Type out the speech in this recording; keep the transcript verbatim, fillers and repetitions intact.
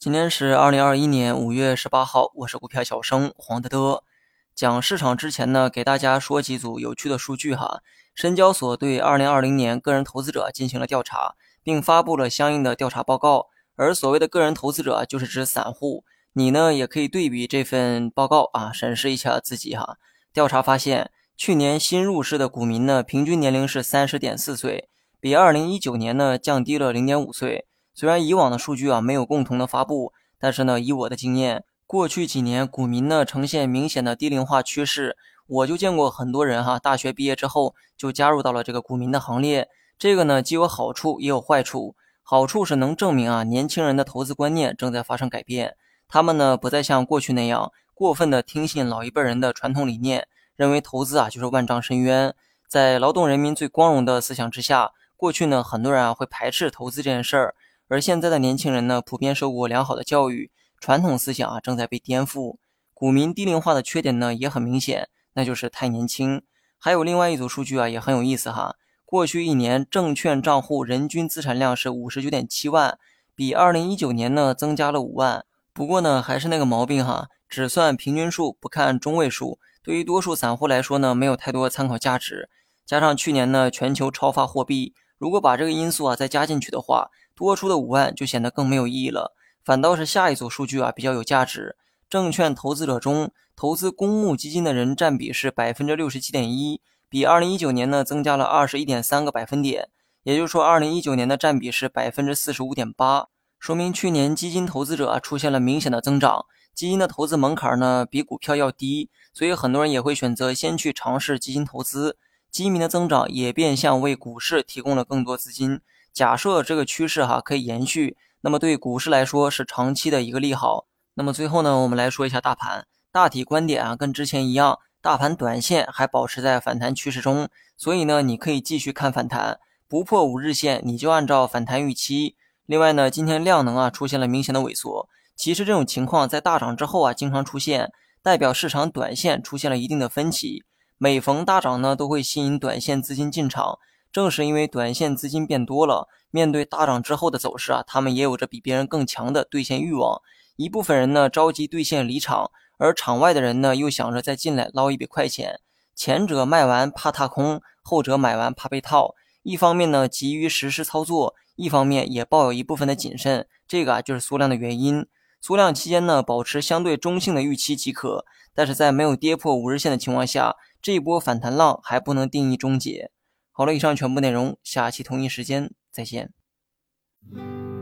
今天是二零二一年五月十八号，我是股票小生黄德德。讲市场之前呢，给大家说几组有趣的数据哈。深交所对二零二零年个人投资者进行了调查，并发布了相应的调查报告。而所谓的个人投资者就是指散户，你呢也可以对比这份报告啊，审视一下自己哈。调查发现，去年新入市的股民呢，平均年龄是 三十点四岁，比二零一九年呢降低了 零点五岁。虽然以往的数据啊没有共同的发布，但是呢，以我的经验，过去几年股民呢呈现明显的低龄化趋势，我就见过很多人哈，大学毕业之后就加入到了这个股民的行列。这个呢既有好处也有坏处。好处是能证明啊，年轻人的投资观念正在发生改变，他们呢不再像过去那样过分的听信老一辈人的传统理念，认为投资啊就是万丈深渊。在劳动人民最光荣的思想之下，过去呢很多人啊会排斥投资这件事儿。而现在的年轻人呢，普遍受过良好的教育，传统思想啊正在被颠覆。股民低龄化的缺点呢也很明显，那就是太年轻。还有另外一组数据啊也很有意思哈，过去一年证券账户人均资产量是 五十九点七万，比二零一九年呢增加了五万。不过呢还是那个毛病哈，只算平均数不看中位数，对于多数散户来说呢没有太多参考价值。加上去年呢全球超发货币，如果把这个因素啊再加进去的话，多出的五万就显得更没有意义了。反倒是下一组数据啊比较有价值。证券投资者中，投资公募基金的人占比是 百分之六十七点一， 比二零一九年呢增加了 二十一点三个百分点。也就是说二零一九年的占比是 百分之四十五点八， 说明去年基金投资者啊出现了明显的增长。基金的投资门槛呢比股票要低，所以很多人也会选择先去尝试基金投资。基民的增长也变相为股市提供了更多资金。假设这个趋势哈可以延续，那么对股市来说是长期的一个利好。那么最后呢，我们来说一下大盘。大体观点啊跟之前一样，大盘短线还保持在反弹趋势中，所以呢你可以继续看反弹，不破五日线你就按照反弹预期。另外呢，今天量能啊出现了明显的萎缩，其实这种情况在大涨之后啊经常出现，代表市场短线出现了一定的分歧。每逢大涨呢都会吸引短线资金进场，正是因为短线资金变多了，面对大涨之后的走势啊，他们也有着比别人更强的兑现欲望。一部分人呢着急兑现离场，而场外的人呢又想着再进来捞一笔快钱。前者卖完怕踏空，后者买完怕被套。一方面呢急于实施操作，一方面也抱有一部分的谨慎，这个啊就是缩量的原因。缩量期间呢保持相对中性的预期即可，但是在没有跌破五日线的情况下，这一波反弹浪还不能定义终结。好了，以上全部内容，下期同一时间再见。